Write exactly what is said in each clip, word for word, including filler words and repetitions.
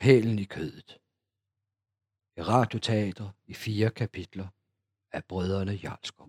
Pælen i kødet. Et radioteater i fire kapitler af brødrene Jarlskov.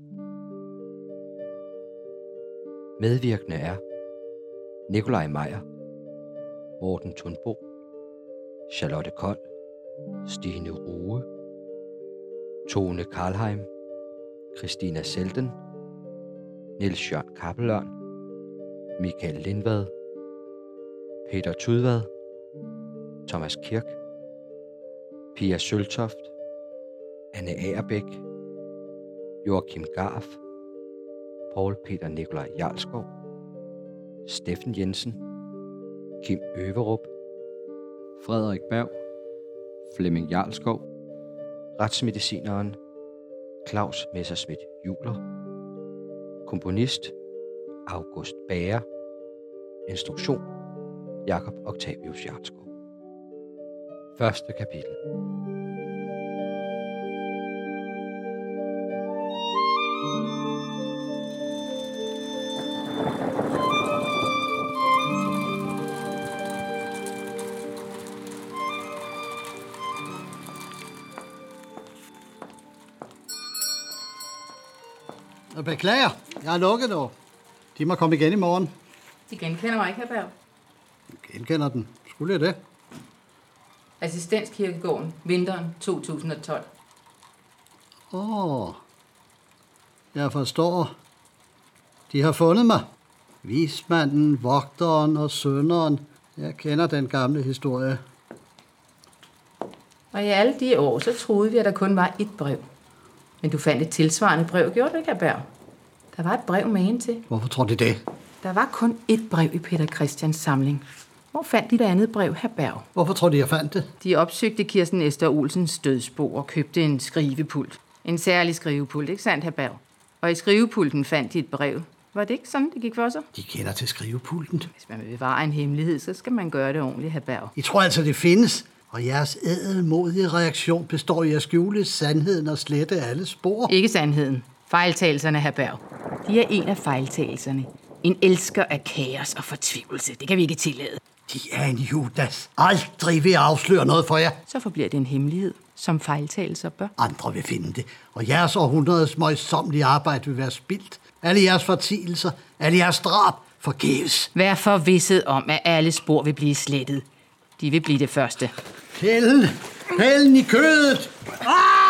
Medvirkende er Nikolaj Meyer, Morten Thunbo, Charlotte Kold, Stine Rue, Tone Karlheim, Christina Selden, Niels Jørgen Kappelørn, Michael Lindvad, Peter Tudvad, Thomas Kirk, Pia Søltoft, Anne Agerbæk, Joachim Garf, Paul Peter Nikolaj Jarlskov, Steffen Jensen, Kim Øverup, Frederik Berg, Flemming Jarlskov, retsmedicineren Claus Messerschmidt Juler, komponist August Bager, instruktion Jakob Octavius Jarlskov. Første kapitel. Jeg beklager, jeg har lukket nu. De må komme igen i morgen. De genkender mig ikke, hr. Berg. Genkender den. Skulle jeg det? Assistenskirkegården, vinteren to tusind og tolv. Åh, oh, jeg forstår. De har fundet mig. Vismanden, vogteren og sønderen. Jeg kender den gamle historie. Og i alle de år, så troede vi, at der kun var ét brev. Men du fandt et tilsvarende brev, gjorde du ikke, hr. Berg? Der var et brev med hende til. Hvorfor tror de det? Der var kun ét brev i Peter Christians samling. Hvor fandt de det andet brev, hr. Berg? Hvorfor tror de, jeg fandt det? De opsøgte Kirsten Esther Olsens dødsbo og købte en skrivepult. En særlig skrivepult, ikke sandt, hr. Berg? Og i skrivepulten fandt de et brev. Var det ikke sådan, det gik for sig? De kender til skrivepulten. Hvis man vil bevare en hemmelighed, så skal man gøre det ordentligt, hr. Berg. I tror altså, det findes. Og jeres ædelmodige reaktion består i at skjule sandheden og slette alle spor. Ikke sandheden. Fejltagelserne, hr. Berg. De er en af fejltagelserne. En elsker af kaos og fortvivlelse. Det kan vi ikke tillade. De er en Judas. Aldrig vil afsløre noget for jer. Så forbliver det en hemmelighed, som fejltagelser bør. Andre vil finde det, og jeres århundredes møjsommelige arbejde vil være spildt. Alle jeres fortielser, alle jeres drab forgæves. Vær forvisset om, at alle spor vil blive slettet. De vil blive det første. Pællen! Pællen i kødet! Ah!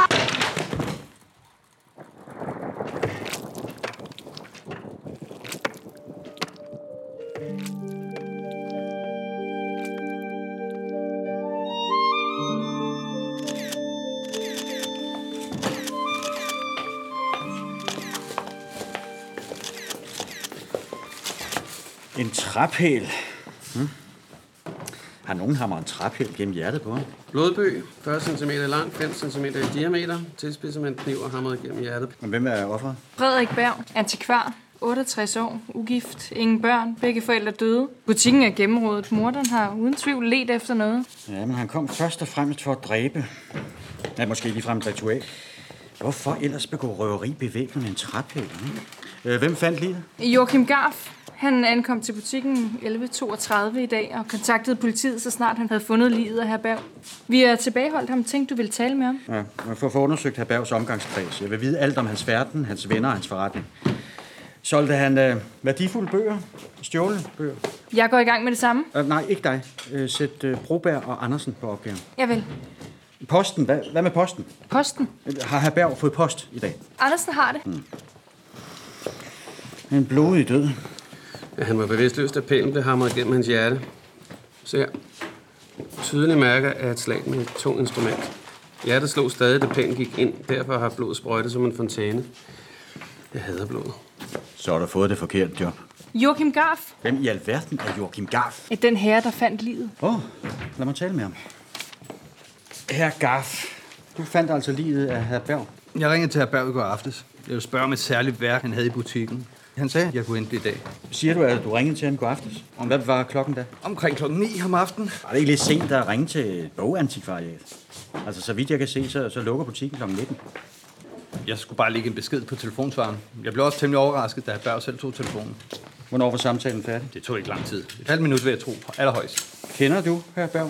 En træpæl. Hmm. Har nogen hammer en træpæl gennem hjertet på? Blodbøg, fyrre centimeter lang, fem centimeter i diameter, tilspidser med en kniv og hamret gennem hjertet. Men hvem er offeret? Frederik Berg, antikvar, otteogtres år, ugift, ingen børn, begge forældre døde. Butikken er gennemrådet. Morderen har uden tvivl ledt efter noget. Ja, men han kom først og fremmest for at dræbe. Ja, måske ligefrem et ritual. Hvorfor ellers begå røveri bevæbnet med en træpæl? Hmm? Hvem fandt livet? Joachim Garf. Han ankom til butikken elleve toogtredive i dag og kontaktede politiet, så snart han havde fundet livet af hr. Berg. Vi har tilbageholdt ham. Tænkte, du ville tale med ham? Ja, for at få undersøgt hr. Bergs omgangskreds. Jeg vil vide alt om hans færden, hans venner og hans forretning. Solgte han øh, værdifulde bøger? Stjålne bøger? Jeg går i gang med det samme. Øh, nej, ikke dig. Øh, sæt øh, Broberg og Andersen på opgaven. Jeg vil. Posten. Hvad, hvad med posten? Posten? Har hr. Berg fået post i dag? Andersen har det. Hmm. En blodig død. Ja, han var bevidstløs, da pælen blev hamret gennem hans hjerte. Se her. Tydelige mærker af et slag med et tungt instrument. Hjertet slog stadig, da pælen gik ind. Derfor har blodet sprøjtet som en fontæne. Jeg hader blodet. Så har du fået det forkerte job. Joachim Garf. Hvem i alverden er Joachim Garf? Er den herre, der fandt livet. Åh, oh, lad mig tale med ham. Herr Garf, du fandt altså livet af hr. Berg. Jeg ringede til hr. Berg i går aftes. Jeg ville spørge om et særligt værk, han havde i butikken. Han sagde, at jeg kunne hente det i dag. Siger du, at du ringede til ham i går aftes? Og hvad var klokken da? Omkring klokken ni om aftenen. Var det ikke lidt sent at ringe til et bogantikvariat? Altså, så vidt jeg kan se, så, så lukker butikken klokken nitten. Jeg skulle bare lægge en besked på telefonsvaren. Jeg blev også temmelig overrasket, da hr. Berg selv tog telefonen. Hvornår var samtalen færdig? Det tog ikke lang tid. Et halvt minut vil jeg tro, allerhøjst. Kender du hr. Berg?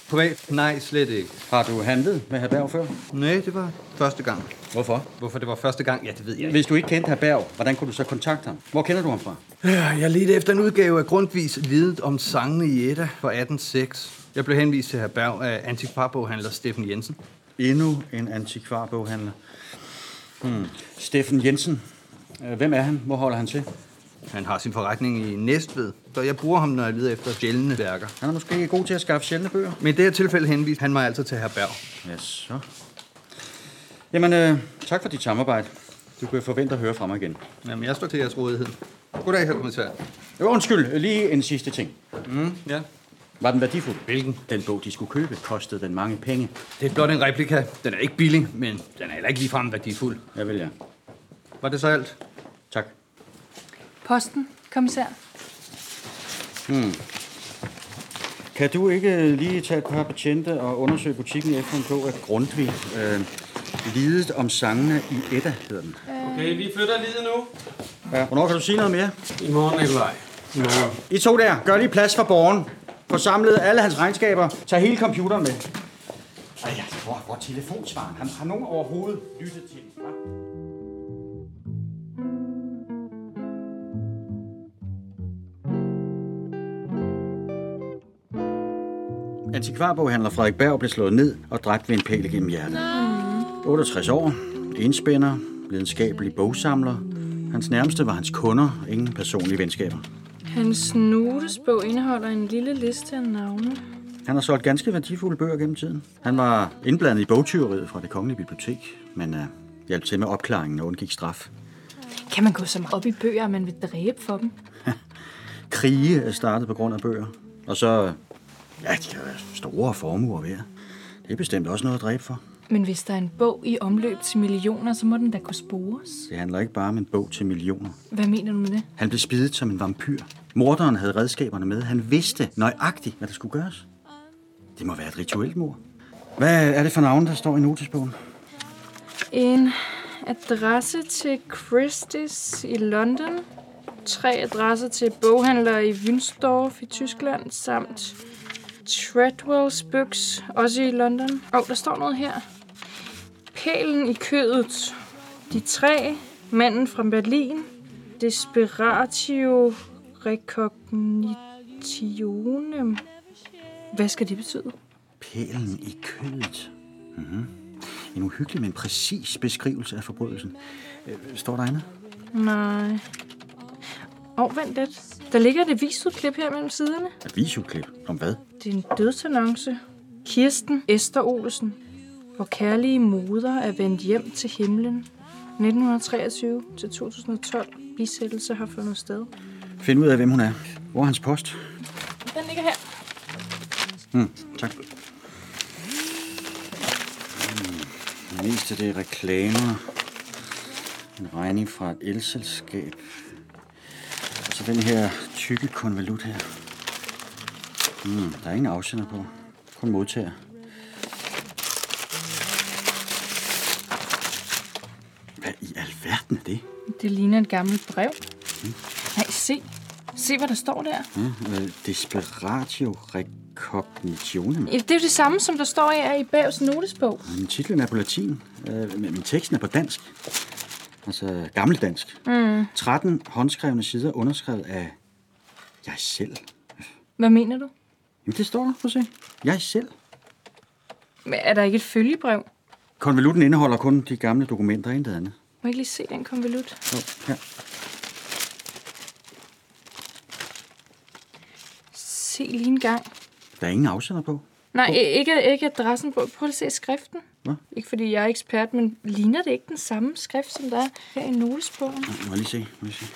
Privat? Nej, slet ikke. Har du handlet med herr Berg før? Nej, det var første gang. Hvorfor? Hvorfor det var første gang? Ja, det ved jeg ikke. Hvis du ikke kendte herr Berg, hvordan kunne du så kontakte ham? Hvor kender du ham fra? Ja, jeg ledte efter en udgave af Grundtvigs Lidet om sangene i Edda fra atten nul seks. Jeg blev henvist til herr Berg af antikvarboghandler Steffen Jensen. Endnu en antikvarboghandler. Hmm. Steffen Jensen. Hvem er han? Hvor holder han til? Han har sin forretning i Næstved, så jeg bruger ham, når jeg leder efter sjældne værker. Han er måske ikke god til at skaffe sjældne bøger. Men i det her tilfælde henviste han mig altså til herr Berg. Ja, så. Jamen, øh, tak for dit samarbejde. Du kan forvente at høre fra mig igen. Jamen, jeg står til jeres rådighed. Goddag, herr kommissær. Jo, undskyld. Lige en sidste ting. Mm, ja. Var den værdifuld? Hvilken? Den bog, de skulle købe, kostede den mange penge. Det er blot en replika. Den er ikke billig, men den er heller ikke ligefrem værdifuld. Ja, vel ja. Var det så alt? Tak. Posten, kommissær. Hmm. Kan du ikke lige tage et par betjente og undersøge butikken efter en bog af Grundtvig? Øh, Lidet om sangene i Edda, hedder den. Okay, vi flytter lige nu. Ja, hvornår kan du sige noget mere? I morgen, Nikolaj. I morgen. I to der, gør lige plads for borgeren. Få samlet alle hans regnskaber. Tag hele computeren med. Ej, ja, hvor, hvor telefonsvaren? Han har nogen overhovedet lyttet til den, hva'? Antikvarboghandler Frederik Berg blev slået ned og dræbt ved en pæl gennem hjertet. otteogtres år, enspænder, lidenskabelig bogsamler. Hans nærmeste var hans kunder, ingen personlige venskaber. Hans notesbog indeholder en lille liste af navne. Han har solgt ganske værdifulde bøger gennem tiden. Han var indblandet i bogtyveriet fra Det Kongelige Bibliotek, men uh, hjalp til med opklaringen og undgik straf. Kan man gå så meget op i bøger, at man vil dræbe for dem? Krige er startet på grund af bøger. Og så, ja, de har store formuer værd. Det er bestemt også noget at dræbe for. Men hvis der er en bog i omløb til millioner, så må den da kunne spores. Det handler ikke bare om en bog til millioner. Hvad mener du med det? Han blev spidet som en vampyr. Morderen havde redskaberne med. Han vidste nøjagtigt, hvad der skulle gøres. Det må være et rituelt mord. Hvad er det for navn, der står i notesbogen? En adresse til Christie's i London. Tre adresser til boghandlere i Wünsdorf i Tyskland, samt Treadwell's Books, også i London. Og der står noget her. Pælen i kødet. De tre. Manden fra Berlin. Desperatio recognitionem. Hvad skal det betyde? Pælen i kødet. Mm-hmm. En uhyggelig, men præcis beskrivelse af forbrydelsen. Står der andet? Nej. Åh, oh, vent lidt. Der ligger et avisudklip her mellem siderne. Avisudklip? Om hvad? Det er en dødsannonce. Kirsten Esther Olsen. Hvor kærlige moder er vendt hjem til himlen. nitten treogtyve til to tusind og tolv. Bisættelse har fundet sted. Find ud af, hvem hun er. Hvor er hans post? Den ligger her. Hmm, tak. Det meste det er reklamer. En regning fra et elselskab. Og så den her tykke konvolut her. Hmm, der er ingen afsender på. Kun modtager. Hvad i alverden er det? Det ligner et gammelt brev. Hmm. Nej, se. Se, hvad der står der. Ja, uh, Desperatio recognitionem. Det er jo det samme, som der står i, i Bergs notesbog. Men titlen er på latin, uh, men teksten er på dansk. Altså gammeldansk. Mm. tretten håndskrevne sider underskrevet af jeg selv. Hvad mener du? Jamen, det står der. Prøv at se. Jeg selv. Men er der ikke et følgebrev? Konvolutten indeholder kun de gamle dokumenter, intet andet. Må jeg ikke lige se den konvolut? Jo, her. Se lige en gang. Der er ingen afsender på. Nej, ikke, ikke adressen på. Prøv at se skriften. Hvad? Ikke fordi jeg er ekspert, men ligner det ikke den samme skrift, som der er her i notesbogen? Må jeg lige se, må jeg se.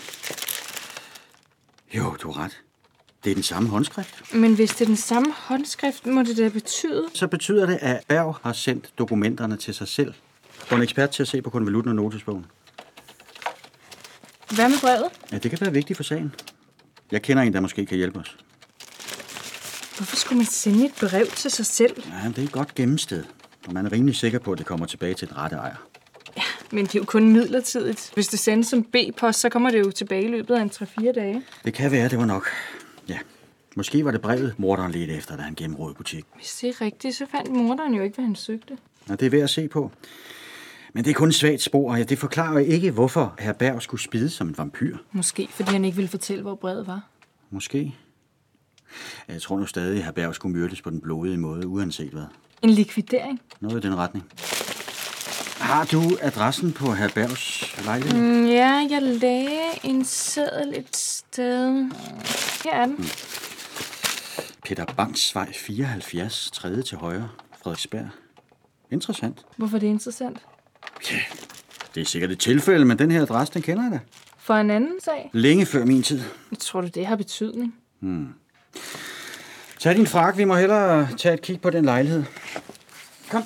Jo, du har ret. Det er den samme håndskrift. Men hvis det er den samme håndskrift, må det da betyde... Så betyder det, at Berg har sendt dokumenterne til sig selv. Få en ekspert til at se på konvolutten og notesbogen. Hvad med brevet? Ja, det kan være vigtigt for sagen. Jeg kender en, der måske kan hjælpe os. Hvorfor skulle man sende et brev til sig selv? Ja, det er et godt gemmested. Og man er rimelig sikker på, at det kommer tilbage til den rette ejer. Ja, men det er jo kun midlertidigt. Hvis det sendes som B-post, så kommer det jo tilbage i løbet af en tre fire dage. Det kan være, det var nok. Ja. Måske var det brevet, morderen ledte efter, da han gennemrådede butikken. Hvis det er rigtigt, så fandt morderen jo ikke, hvad han søgte. Og det er værd at se på. Men det er kun et svagt spor, og det forklarer jo ikke, hvorfor herr Berg skulle spide som en vampyr. Måske fordi han ikke ville fortælle, hvor brevet var. Måske. Jeg tror nu stadig, at herr Berg skulle myrdes på den blodige måde, uanset hvad. En likvidering? Noget i den retning. Har du adressen på herr Bergs lejlighed? Mm, ja, jeg lagde en seddel et sted. Her er den. Mm. Peter Bangsvej fireoghalvfjerds, tredje til højre, Frederiksberg. Interessant. Hvorfor er det interessant? Ja, det er sikkert et tilfælde, men den her adresse, den kender jeg da. For en anden sag? Længe før min tid. Jeg tror du, det har betydning? Hmm. Tag din frak, vi må hellere tage et kig på den lejlighed. Kom.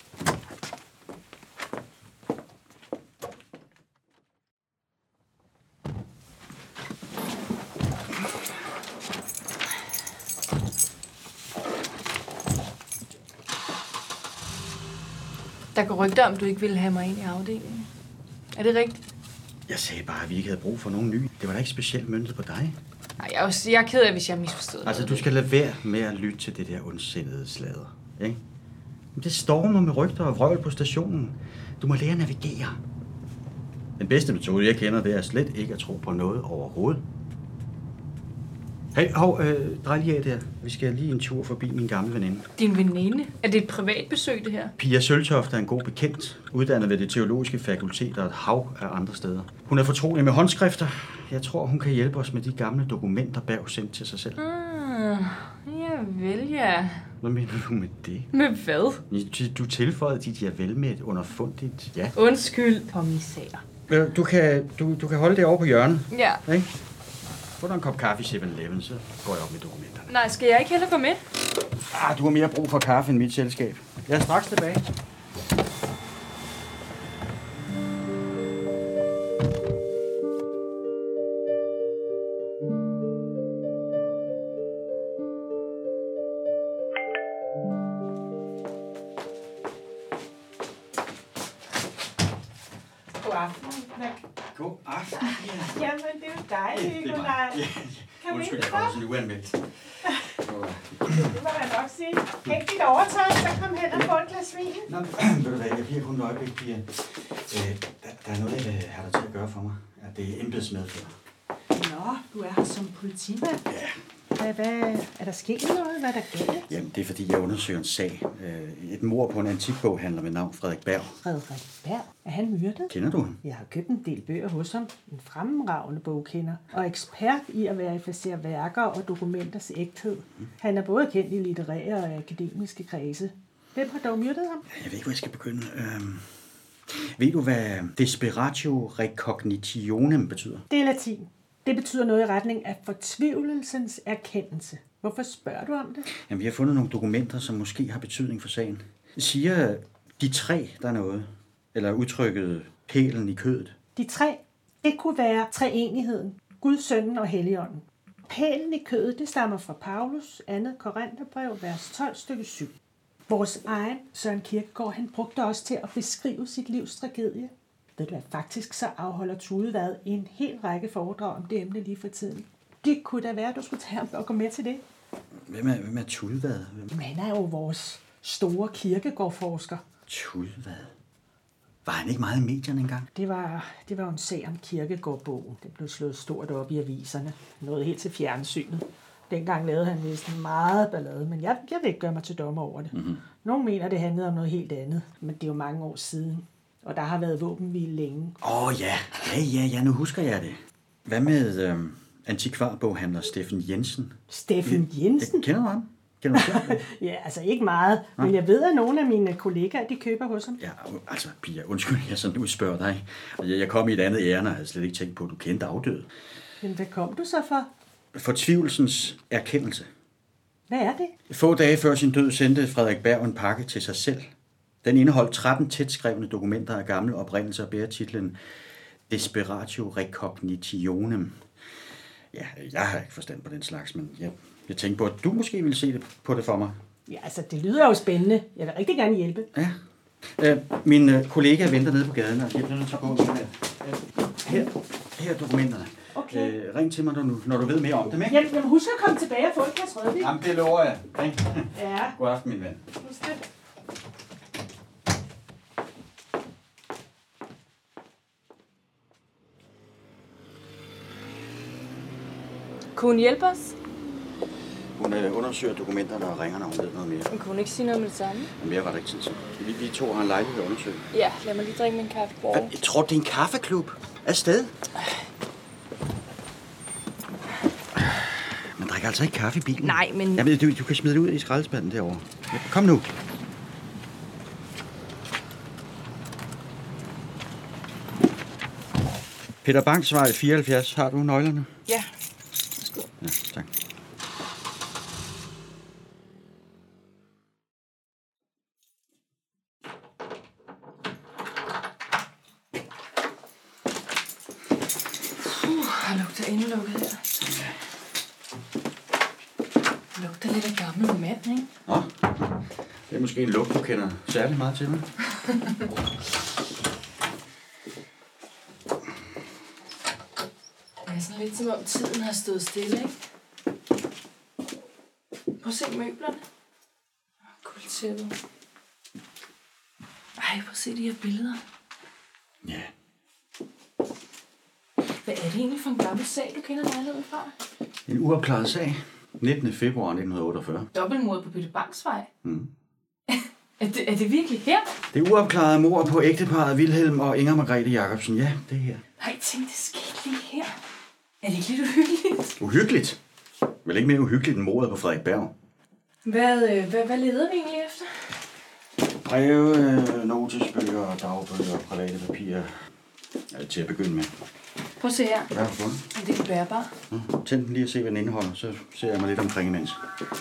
Der går rygter om, du ikke ville have mig ind i afdelingen. Er det rigtigt? Jeg sagde bare, at vi ikke havde brug for nogen nye. Det var da ikke specielt møntet på dig. Nej, jeg er, også, jeg er ked af, hvis jeg misforstod Altså, du skal lade være med at lytte til det der ondsindede sladder, ikke? Men det stormer med rygter og vrøvl på stationen. Du må lære at navigere. Den bedste metode, jeg kender, det er slet ikke at tro på noget overhovedet. Hey, hov, øh, drej lige af der. Vi skal lige en tur forbi min gamle veninde. Din veninde? Er det et privat besøg, det her? Pia Søltoft er en god bekendt, uddannet ved det teologiske fakultet og et hav af andre steder. Hun er fortrolig med håndskrifter. Jeg tror, hun kan hjælpe os med de gamle dokumenter, Berg sendt til sig selv. Ah, ja vel, ja. Hvad mener du med det? Med hvad? Du tilføjede dit javel med et underfundigt ja. Undskyld, kommissær. Du kan, du, du kan holde det over på hjørnet. Ja. Ikke? Få dig en kop kaffe i syv eleven, så går jeg op med dokumenterne. Nej, skal jeg ikke heller gå med? Ah, du har mere brug for kaffe end mit selskab. Jeg er straks tilbage. God aften. God aften. Ja. Jamen, det er jo dejligt, Nikolaj. Ja, ja. Undskyld, jeg kommer sådan uanmeldt. Det må man nok sige. Hæng dit overtøj, så kom hen og få et glas vin. Nå, ved du hvad, jeg bliver kun et øjeblik, Pia. Øh, der, der er noget, jeg har dig til at gøre for mig. Ja, det er embedsmedfører. Nå, du er her som politimand. Ja. Hvad, hvad, er der sket noget? Hvad er der galt? Jamen, det er fordi, jeg undersøger en sag. Et mord på en antikboghandler med navn Frederik Berg. Frederik Berg? Er han myrdet? Kender du ham? Jeg har købt en del bøger hos ham. En fremragende bogkender. Og ekspert i at verificere værker og dokumenters ægthed. Han er både kendt i litterære og akademiske kredse. Hvem har dog myrdet ham? Jeg ved ikke, hvor jeg skal begynde. Øhm, ved du, hvad desperatio recognitionem betyder? Det er latin. Det betyder noget i retning af fortvivlelsens erkendelse. Hvorfor spørger du om det? Jamen, vi har fundet nogle dokumenter, som måske har betydning for sagen. Siger de tre, der er noget? Eller udtrykket pælen i kødet? De tre, det kunne være treenigheden. Gud, Sønnen og Helligånden. Pælen i kødet, det stammer fra Paulus, andet Korintherbrev, vers tolv, stykke syv. Vores egen Søren Kierkegaard, han brugte også til at beskrive sit livs tragedie. Ved du hvad, faktisk så afholder Tudevad en hel række foredrag om det emne lige for tiden. Det kunne da være, at du skulle tage ham og gå med til det. Hvem er, hvem er Tudevad? Hvem? Han er jo vores store Kierkegaard-forsker. Tudevad? Var han ikke meget i medierne engang? Det var, det var en sag om Kierkegaard-bogen. Den blev slået stort op i aviserne. Nåede helt til fjernsynet. Dengang lavede han næsten meget ballade, men jeg, jeg vil ikke gøre mig til dommer over det. Mm-hmm. Nogle mener, det handlede om noget helt andet, men det er jo mange år siden. Og der har været våbenhvile længe. Åh oh, ja. ja, ja, ja, nu husker jeg det. Hvad med øhm, antikvarboghandler Steffen Jensen? Steffen Jensen? Ja, kender du ham? Kender du ham? Ja, altså ikke meget, ja. Men jeg ved, at nogle af mine kollegaer, de køber hos ham. Ja, altså Pia, undskyld, jeg sådan udspørger dig. Jeg, jeg kom i et andet ærne og havde slet ikke tænkt på, at du kendte afdøde. Men hvad kom du så for? Fortvivlelsens erkendelse. Hvad er det? Få dage før sin død sendte Frederik Berg en pakke til sig selv. Den indeholdt tretten tætskrevne dokumenter af gamle oprindelser og bærer titlen Desperatio Recognitionem. Ja, jeg har ikke forstand på den slags, men jeg, jeg tænkte på, at du måske ville se det på det for mig. Ja, altså, det lyder jo spændende. Jeg vil rigtig gerne hjælpe. Ja. Øh, min øh, kollega venter nede på gaden, og jeg bliver nødt til at gå med her. Her, her er dokumenterne. Okay. Okay. Øh, ring til mig, når du, når du ved mere om dem, ikke? Jamen, jamen, husk at komme tilbage og få et glas rødvin. Jamen, det lover jeg. Ring. Ja. God aften, min ven. Husk det. Kunne hun hjælpe os? Hun øh, undersøger dokumenterne og ringer, når hun ved noget mere. Men kunne hun ikke sige noget med det samme? Men mere var der ikke tid til. Vi, vi to har en lejlighed at undersøge. Ja, lad mig lige drikke min kaffe på. Jeg tror, det er en kaffeklub. Afsted. Man drikker altså ikke kaffe i bilen. Nej, men... Jamen, du, du kan smide det ud i skraldespanden derovre. Ja, kom nu. Peter Bangsvej fireoghalvfjerds. Har du nøglerne? Ja. Ja, tak. Uh, der lugter indelukket her. Det lugter lidt af gammel mand, ikke? Nå, det er måske en lugt, du kender særlig meget til, mig. Det er sådan lidt som om tiden har stået stille, ikke? Prøv at se møblerne. Guldtæppet. Ej, prøv at se de her billeder. Ja. Hvad er det egentlig for en gammel sag, du kender lejligheden fra? En uopklaret sag. nittende februar nitten otteogfyrre. Dobbeltmord på Peter Bangsvej. Mm. Er det, er det virkelig her? Det er uopklarede mord på ægteparret Vilhelm og Inger Margrethe Jacobsen. Ja, det er her. Nej, tænk, det skete lige her. Er det ikke lidt uhyggeligt? Uhyggeligt? Vel ikke mere uhyggeligt end mordet på Frederik Berg. Hvad, øh, hvad, hvad leder vi egentlig efter? Breve, øh, notesbøger, dagbøger og private papirer. Ja, til at begynde med. Prøv at se her. Hvad har du fundet? Er det er bærbar? Mm. Tænd den lige og se, hvad den indeholder. Så ser jeg mig lidt omkring imens.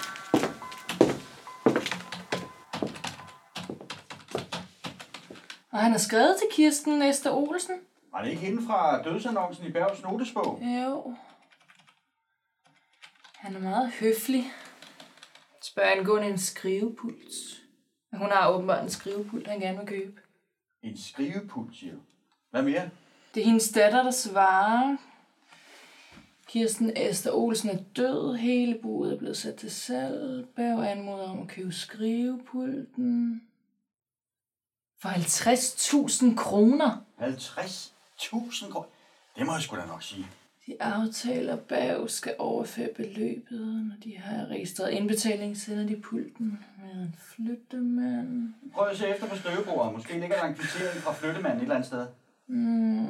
Og han har skrevet til Kirsten Næster Olsen. Var det ikke hende fra dødsannoncen i Bergs notesbog? Jo. Han er meget høflig. Spørger angående en skrivepult. Hun har åbenbart en skrivepult, han gerne vil købe. En skrivepult, siger du. Hvad mere? Det er hendes datter, der svarer. Kirsten Esther Olsen er død. Hele boet er blevet sat til salg. Berg anmoder om at købe skrivepulten. For halvtreds tusind kroner. halvtreds tusind kroner? Det må jeg sgu da nok sige. De aftaler, at Berg skal overføre beløbet, når de har registreret indbetaling, sender de pulten med en flyttemand. Prøv at se efter på skrivebordet. Måske ligger der en kvittering fra flyttemanden et eller andet sted. Mm.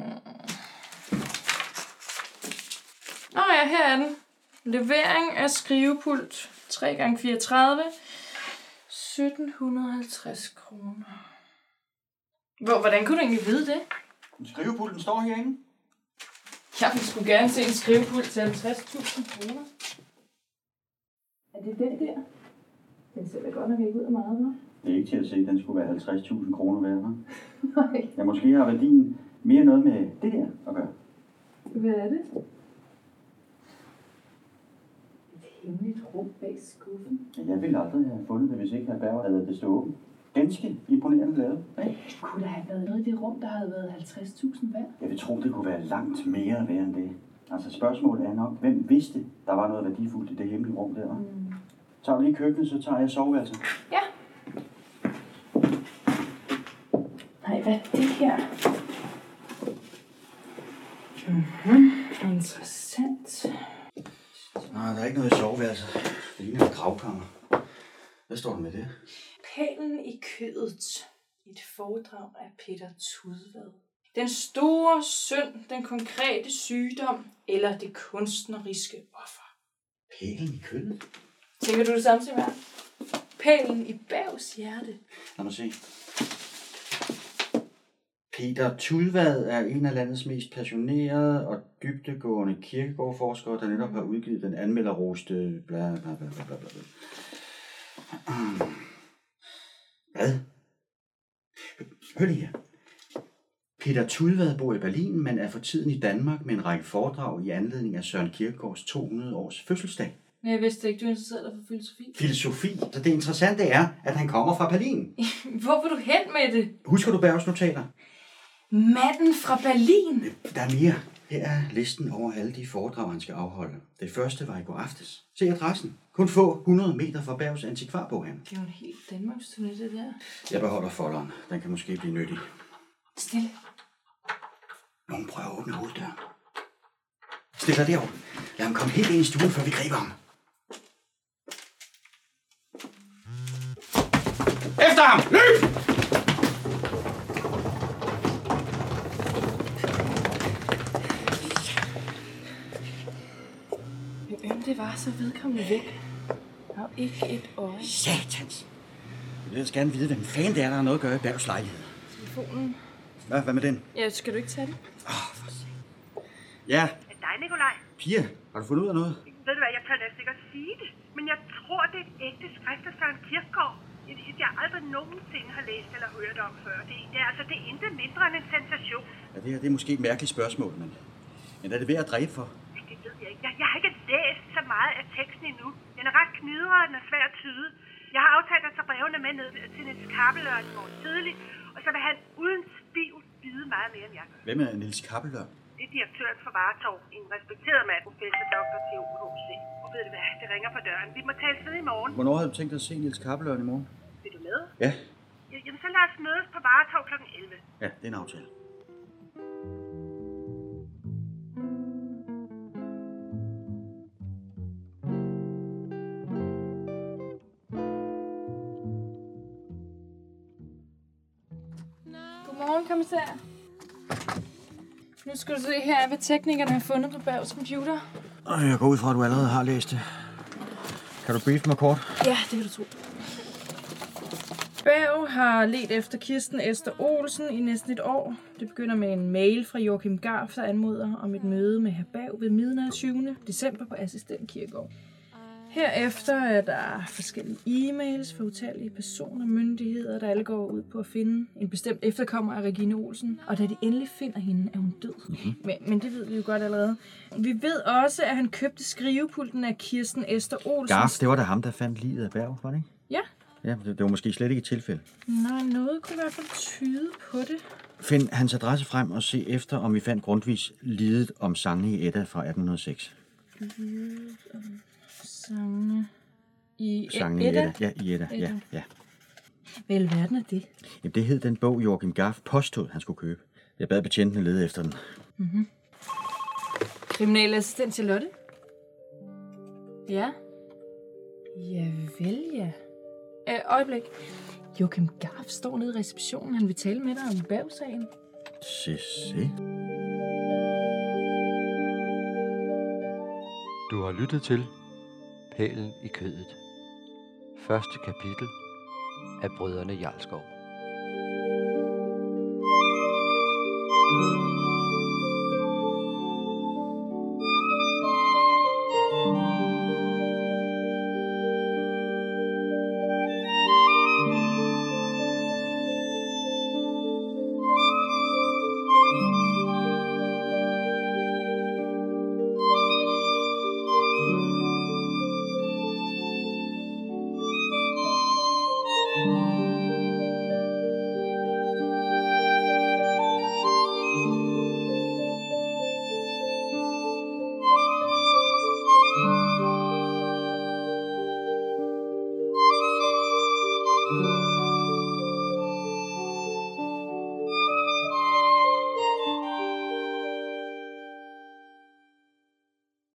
Nå ja, her er den. Levering af skrivepult. tre gange fireogtredive. sytten halvtreds kroner. Hvor, hvordan kunne du egentlig vide det? Skrivepulten står herinde. Jeg ville sgu gerne se en skrivepult til halvtreds tusind kroner. Er det den der? Den ser da godt nok ikke ud af meget, hva'? Det er ikke til at se, at den skulle være halvtreds tusind kroner værd, hva'? Nej. Ja, måske har værdien mere noget med det der at gøre. Hvad er det? Et hemmeligt rum bag skuffen. Ja, jeg ville aldrig have fundet det, hvis ikke herr Berg havde det stå åbent. Ganske imponerende lavet. Ja. Kunne der have været noget i det rum, der havde været halvtreds tusind værd? Jeg vil tro, det kunne være langt mere værd end det. Altså spørgsmålet er nok, hvem vidste, der var noget værdifuldt i det hemmelige rum der? Mm. Tager du lige køkkenet, så tager jeg soveværelset. Ja. Nej, hvad er det her? Mhm, interessant. Nej, der er ikke noget i soveværelset. Det ligner et gravkammer. Hvad står der med det? Pælen i kødet. Et foredrag af Peter Tudvad. Den store synd, den konkrete sygdom eller det kunstneriske offer. Pælen i kødet? Tænker du det samme til mig? Pælen i Bergs hjerte. Lad mig se. Peter Tudvad er en af landets mest passionerede og dybdegående kirkegårdforskere, der netop har udgivet den anmelderroste bla bla bla bla bla bla. Hvad? Hør lige her. Peter Tudvad bor i Berlin, men er for tiden i Danmark med en række foredrag i anledning af Søren Kierkegaards to hundrede års fødselsdag. Men jeg vidste ikke, du interesserede dig for filosofi. Filosofi? Så det interessante er, at han kommer fra Berlin. Hvor vil du hen med det? Husker du Bergs notater? Manden fra Berlin? Der er mere. Her er listen over alle de foredrag, han skal afholde. Det første var i går aftes. Se adressen. Kun få hundrede meter fra Bergs Antikvarboghandel. Det er jo en helt Danmarks turné, det der. Jeg beholder folderen. Den kan måske blive nyttig. Stille. Nogen prøver at åbne hoveddøren. Stil dig derovre. Lad ham komme helt ind i stuen, før vi griber ham. Efter ham! Løb! Hvem det var, så vedkommende væk. Der var ikke et øje. Satans! Jeg vil ellers gerne vide, hvem fanden det er, der har noget at gøre i Bergs lejlighed. Telefonen. Hvad, hvad med den? Ja, skal du ikke tage den? Åh, oh, for sent. Ja, Er dig, Nikolaj? Pia, har du fundet ud af noget? Ved du hvad, jeg tør næsten ikke at sige det, men jeg tror, det er et ægte skrift af Søren Kierkegaard. Et, et, jeg aldrig nogensinde har læst eller hørt om før. Det, det, er, altså, det er intet mindre end en sensation. Ja, det her det er måske et mærkeligt spørgsmål, men, men er det værd at dræbe for? Det ved jeg ikke. Jeg, jeg har ikke læst så meget af teksten endnu. Den er ret knidret, og den er svær at tyde. Jeg har aftalt at tage brevene med ned til Niels Kappelør i morgen tidlig, og så vil han uden tvivl vide meget mere end jeg gør. Hvem er Niels Kappelør? Det er direktøren for Varetov, en respekteret mand, professor doktor T O H C. Og ved du hvad, det ringer på døren. Vi må tales ved i morgen. Hvornår har du tænkt dig at se Niels Kappelør i morgen? Vil du med? Ja. Jamen, så lad os mødes på Varetov klokken elleve. Ja, det er en aftale. Godmorgen, kommissær. Nu skal du se her, hvad teknikerne har fundet på Bergs computer. Jeg går ud fra, at du allerede har læst det. Kan du brief mig kort? Ja, det kan du tro. Berg har ledt efter Kirsten Esther Olsen i næsten et år. Det begynder med en mail fra Joachim Garf, der anmoder om et møde med hr. Berg ved midnat syvende december på Assistent Kirkegård. Herefter er der forskellige e-mails fra utallige personer og myndigheder, der alle går ud på at finde en bestemt efterkommer af Regine Olsen. Og da de endelig finder hende, er hun død. Mm-hmm. Men, men det ved vi jo godt allerede. Vi ved også, at han købte skrivepulten af Kirsten Esther Olsen. Garf, det var da ham, der fandt liget af Berg, var det ikke? Ja. Ja, det, det var måske slet ikke et tilfælde. Nej, noget kunne i hvert fald tyde på det. Find hans adresse frem og se efter, om vi fandt Grundtvigs lidet om sangene i Edda fra atten nul seks. Lidet om sangene i Sangene i Edda? Edda. Ja, i Edda. Edda. Ja, ja. Hvad i alverden er det? Jamen, det hed den bog, Joachim Garf påstod, han skulle købe. Jeg bad betjentene lede efter den. Mm-hmm. Kriminalassistent Charlotte? Ja? Ja, vel ja. Øh, øjeblik. Joachim Garf står nede i receptionen. Han vil tale med dig om Berg-sagen. Se, se. Du har lyttet til Pælen i kødet. Første kapitel af Brødrene Jarlskov.